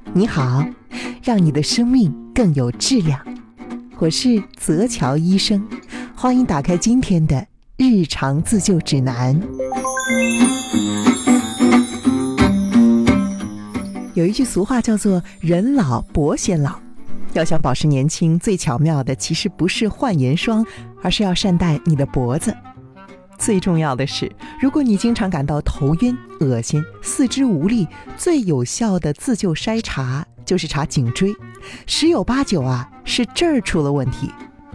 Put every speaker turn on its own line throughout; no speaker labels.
你好，让你的生命更有质量。我是泽乔医生，欢迎打开今天的日常自救指南。有一句俗话叫做人老脖先老，要想保持年轻，最巧妙的其实不是焕颜霜，而是要善待你的脖子。最重要的是，如果你经常感到头晕、恶心、四肢无力，最有效的自救筛查就是查颈椎，十有八九是这儿出了问题。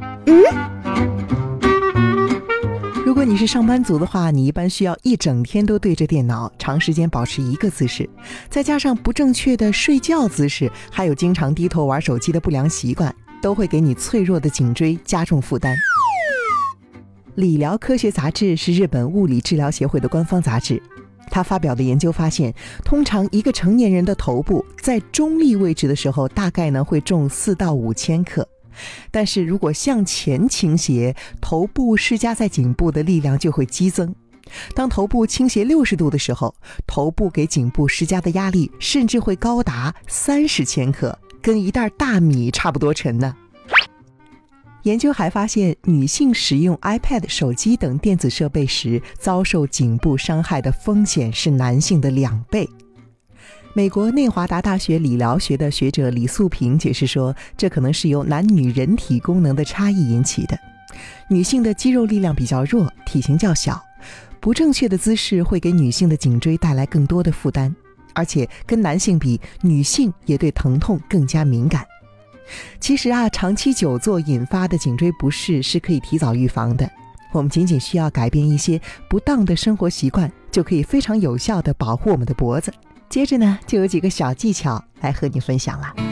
如果你是上班族的话，你一般需要一整天都对着电脑，长时间保持一个姿势，再加上不正确的睡觉姿势，还有经常低头玩手机的不良习惯，都会给你脆弱的颈椎加重负担。理疗科学杂志是日本物理治疗协会的官方杂志，他发表的研究发现，通常一个成年人的头部在中立位置的时候，大概会重4到5千克，但是如果向前倾斜，头部施加在颈部的力量就会激增。当头部倾斜60度的时候，头部给颈部施加的压力甚至会高达30千克，跟一袋大米差不多沉呢。研究还发现，女性使用 iPad 手机等电子设备时，遭受颈部伤害的风险是男性的2倍。美国内华达大学理疗学的学者李素平解释说，这可能是由男女人体功能的差异引起的。女性的肌肉力量比较弱，体型较小，不正确的姿势会给女性的颈椎带来更多的负担，而且跟男性比，女性也对疼痛更加敏感。其实长期久坐引发的颈椎不适是可以提早预防的，我们仅仅需要改变一些不当的生活习惯，就可以非常有效地保护我们的脖子。接着呢，就有几个小技巧来和你分享了。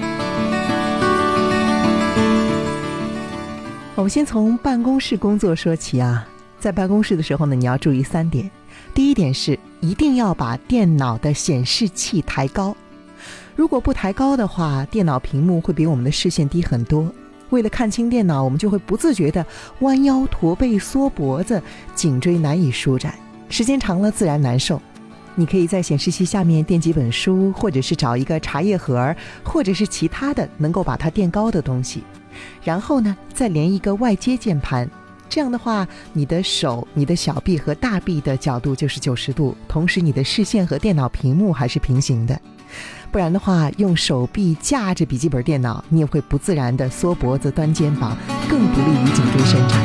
我们先从办公室工作说起在办公室的时候呢，你要注意3点。第一点是一定要把电脑的显示器抬高，如果不抬高的话，电脑屏幕会比我们的视线低很多。为了看清电脑，我们就会不自觉地弯腰驼背缩脖子，颈椎难以舒展，时间长了自然难受。你可以在显示器下面垫几本书，或者是找一个茶叶盒，或者是其他的能够把它垫高的东西，然后呢再连一个外接键盘，这样的话你的手、你的小臂和大臂的角度就是90度，同时你的视线和电脑屏幕还是平行的。不然的话，用手臂架着笔记本电脑，你也会不自然地缩脖子端肩膀，更不利于颈椎伸展。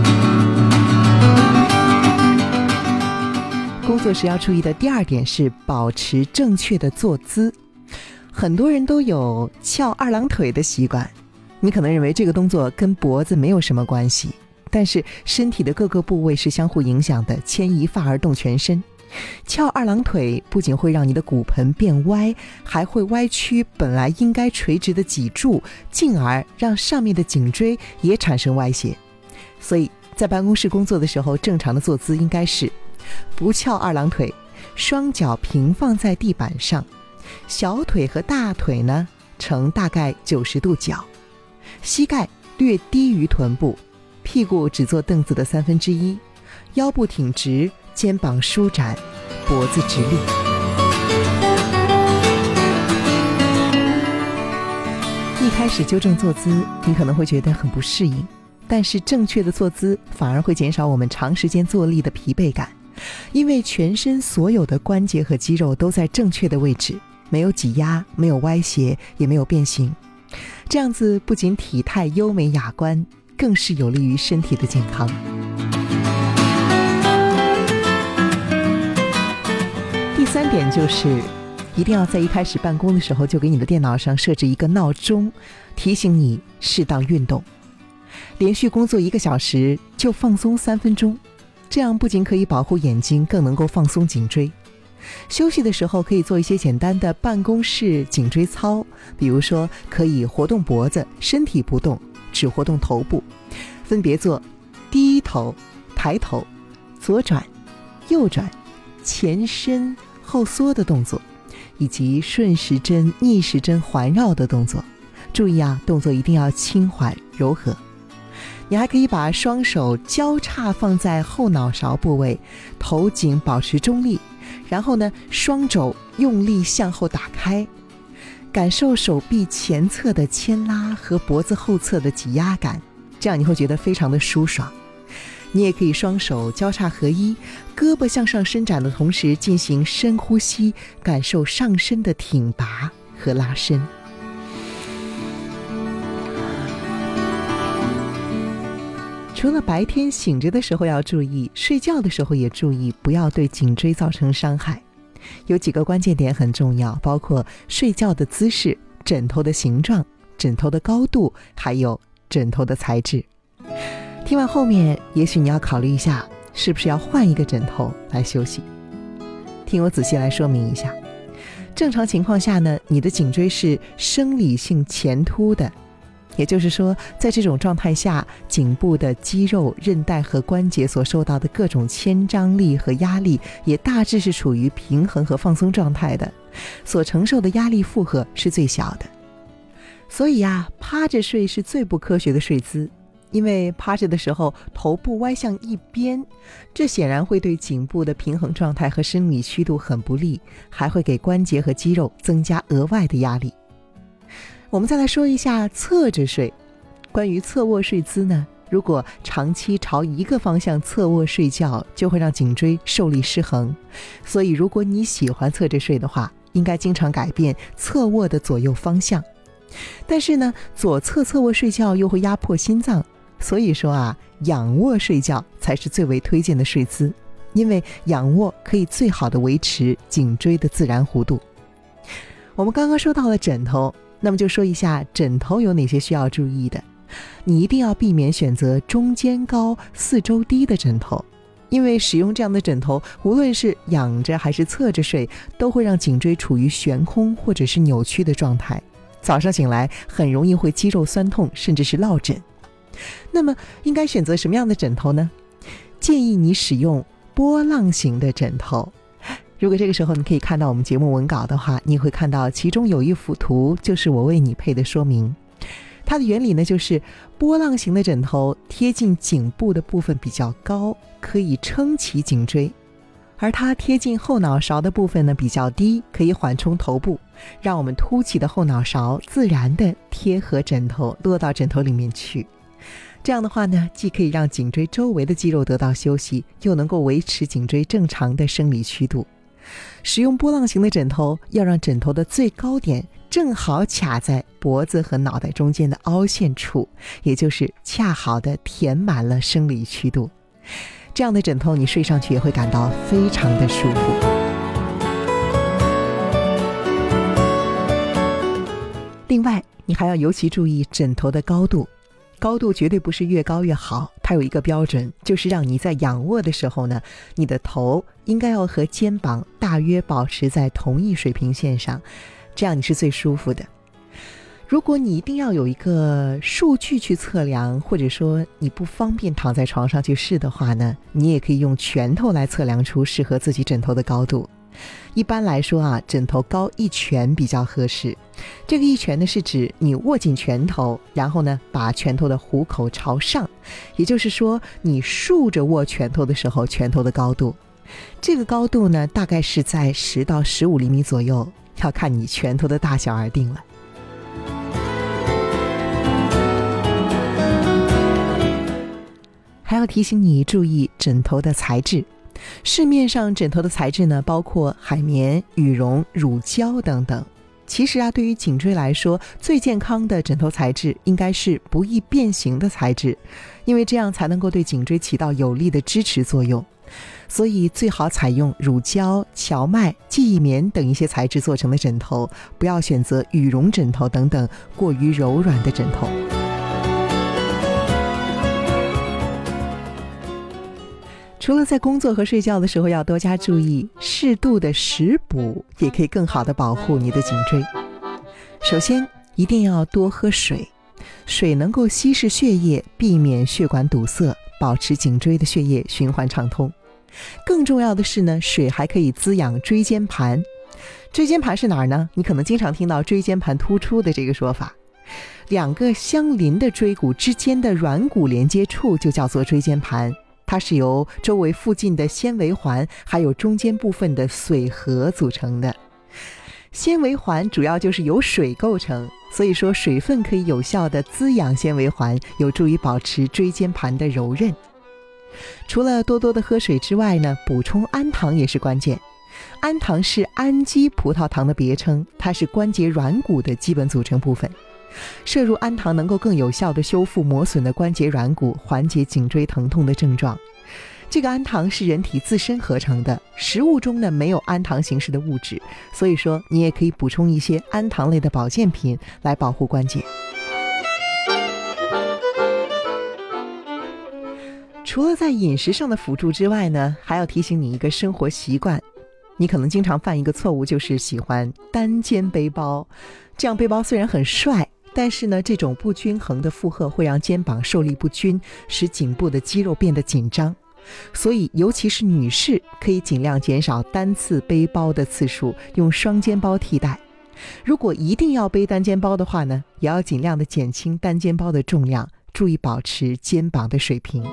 工作时要注意的第2点是保持正确的坐姿。很多人都有翘2郎腿的习惯，你可能认为这个动作跟脖子没有什么关系，但是身体的各个部位是相互影响的，牵一发而动全身。翘2郎腿不仅会让你的骨盆变歪，还会歪曲本来应该垂直的脊柱，进而让上面的颈椎也产生歪斜。所以在办公室工作的时候，正常的坐姿应该是不翘2郎腿，双脚平放在地板上，小腿和大腿呢呈大概90度角，膝盖略低于臀部，屁股只坐凳子的1/3，腰部挺直，肩膀舒展，脖子直立。一开始纠正坐姿，你可能会觉得很不适应，但是正确的坐姿反而会减少我们长时间坐立的疲惫感，因为全身所有的关节和肌肉都在正确的位置，没有挤压，没有歪斜，也没有变形。这样子不仅体态优美雅观，更是有利于身体的健康。第3点就是一定要在一开始办公的时候就给你的电脑上设置一个闹钟，提醒你适当运动。连续工作1个小时就放松3分钟，这样不仅可以保护眼睛，更能够放松颈椎。休息的时候可以做一些简单的办公室颈椎操，比如说可以活动脖子，身体不动，只活动头部，分别做低头、抬头、左转、右转、前伸、后缩的动作，以及顺时针、逆时针环绕的动作。注意动作一定要轻缓柔和。你还可以把双手交叉放在后脑勺部位，头颈保持中立，然后呢，双肘用力向后打开， 感受手臂前侧的牵拉和脖子后侧的挤压感，这样你会觉得非常的舒爽。你也可以双手交叉合一，胳膊向上伸展的同时进行深呼吸，感受上身的挺拔和拉伸。除了白天醒着的时候要注意，睡觉的时候也注意，不要对颈椎造成伤害。有几个关键点很重要，包括睡觉的姿势、枕头的形状、枕头的高度，还有枕头的材质。听完后面，也许你要考虑一下，是不是要换一个枕头来休息。听我仔细来说明一下。正常情况下呢，你的颈椎是生理性前凸的，也就是说，在这种状态下，颈部的肌肉、韧带和关节所受到的各种牵张力和压力也大致是处于平衡和放松状态的，所承受的压力负荷是最小的。所以趴着睡是最不科学的睡姿，因为趴着的时候头部歪向一边，这显然会对颈部的平衡状态和生理虚度很不利，还会给关节和肌肉增加额外的压力。我们再来说一下侧着睡。关于侧卧睡姿呢，如果长期朝一个方向侧卧睡觉，就会让颈椎受力失衡。所以如果你喜欢侧着睡的话，应该经常改变侧卧的左右方向。但是呢，左侧侧卧睡觉又会压迫心脏，所以说仰卧睡觉才是最为推荐的睡姿，因为仰卧可以最好的维持颈椎的自然弧度。我们刚刚说到了枕头，那么就说一下枕头有哪些需要注意的。你一定要避免选择中间高、四周低的枕头，因为使用这样的枕头，无论是仰着还是侧着睡，都会让颈椎处于悬空或者是扭曲的状态。早上醒来很容易会肌肉酸痛，甚至是落枕。那么应该选择什么样的枕头呢？建议你使用波浪形的枕头。如果这个时候你可以看到我们节目文稿的话，你会看到其中有一幅图，就是我为你配的说明。它的原理呢，就是波浪形的枕头贴近颈部的部分比较高，可以撑起颈椎，而它贴近后脑勺的部分呢比较低，可以缓冲头部，让我们凸起的后脑勺自然的贴合枕头，落到枕头里面去。这样的话呢，既可以让颈椎周围的肌肉得到休息，又能够维持颈椎正常的生理曲度。使用波浪形的枕头，要让枕头的最高点正好卡在脖子和脑袋中间的凹陷处，也就是恰好的填满了生理曲度。这样的枕头你睡上去也会感到非常的舒服。另外，你还要尤其注意枕头的高度。高度绝对不是越高越好，它有一个标准，就是让你在仰卧的时候呢，你的头应该要和肩膀大约保持在同一水平线上，这样你是最舒服的。如果你一定要有一个数据去测量，或者说你不方便躺在床上去试的话呢，你也可以用拳头来测量出适合自己枕头的高度。一般来说枕头高一拳比较合适。这个一拳呢，是指你握紧拳头，然后呢，把拳头的虎口朝上，也就是说，你竖着握拳头的时候，拳头的高度。这个高度呢，大概是在10到15厘米左右，要看你拳头的大小而定了。还要提醒你注意枕头的材质。市面上枕头的材质呢，包括海绵、羽绒、乳胶等等。其实对于颈椎来说，最健康的枕头材质应该是不易变形的材质，因为这样才能够对颈椎起到有力的支持作用。所以最好采用乳胶、荞麦、记忆棉等一些材质做成的枕头，不要选择羽绒枕头等等过于柔软的枕头。除了在工作和睡觉的时候要多加注意，适度的食补也可以更好的保护你的颈椎。首先，一定要多喝水，水能够稀释血液，避免血管堵塞，保持颈椎的血液循环畅通。更重要的是呢，水还可以滋养椎间盘。椎间盘是哪儿呢？你可能经常听到椎间盘突出的这个说法。两个相邻的椎骨之间的软骨连接处就叫做椎间盘，它是由周围附近的纤维环还有中间部分的髓核组成的。 纤维环主要就是由水构成，所以说水分可以有效地滋养纤维环，有助于保持椎间盘的柔韧。除了多多的喝水之外呢，补充氨糖也是关键。氨糖是氨基葡萄糖的别称，它是关节软骨的基本组成部分。摄入氨糖能够更有效地修复磨损的关节软骨，缓解颈椎疼痛的症状。这个氨糖是人体自身合成的，食物中呢没有氨糖形式的物质，所以说你也可以补充一些氨糖类的保健品来保护关节。除了在饮食上的辅助之外呢，还要提醒你一个生活习惯。你可能经常犯一个错误，就是喜欢单肩背包。这样背包虽然很帅，但是呢，这种不均衡的负荷会让肩膀受力不均，使颈部的肌肉变得紧张。所以尤其是女士，可以尽量减少单次背包的次数，用双肩包替代。如果一定要背单肩包的话呢，也要尽量的减轻单肩包的重量，注意保持肩膀的水平。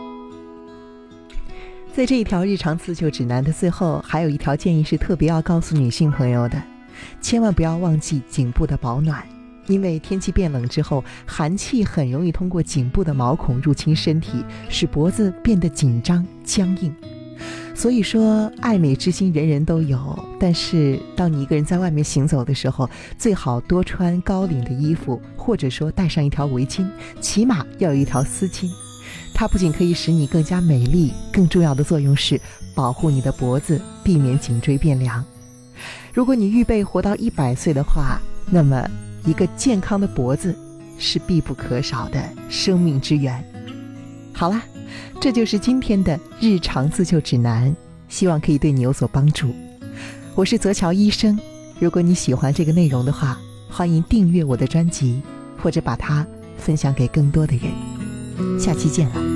在这一条日常自救指南的最后，还有一条建议是特别要告诉女性朋友的，千万不要忘记颈部的保暖。因为天气变冷之后，寒气很容易通过颈部的毛孔入侵身体，使脖子变得紧张僵硬。所以说爱美之心人人都有，但是当你一个人在外面行走的时候，最好多穿高领的衣服，或者说带上一条围巾，起码要有一条丝巾。它不仅可以使你更加美丽，更重要的作用是保护你的脖子，避免颈椎变凉。如果你预备活到100岁的话，那么一个健康的脖子是必不可少的生命之源。好啦，这就是今天的日常自救指南，希望可以对你有所帮助。我是泽乔医生，如果你喜欢这个内容的话，欢迎订阅我的专辑，或者把它分享给更多的人。下期见了。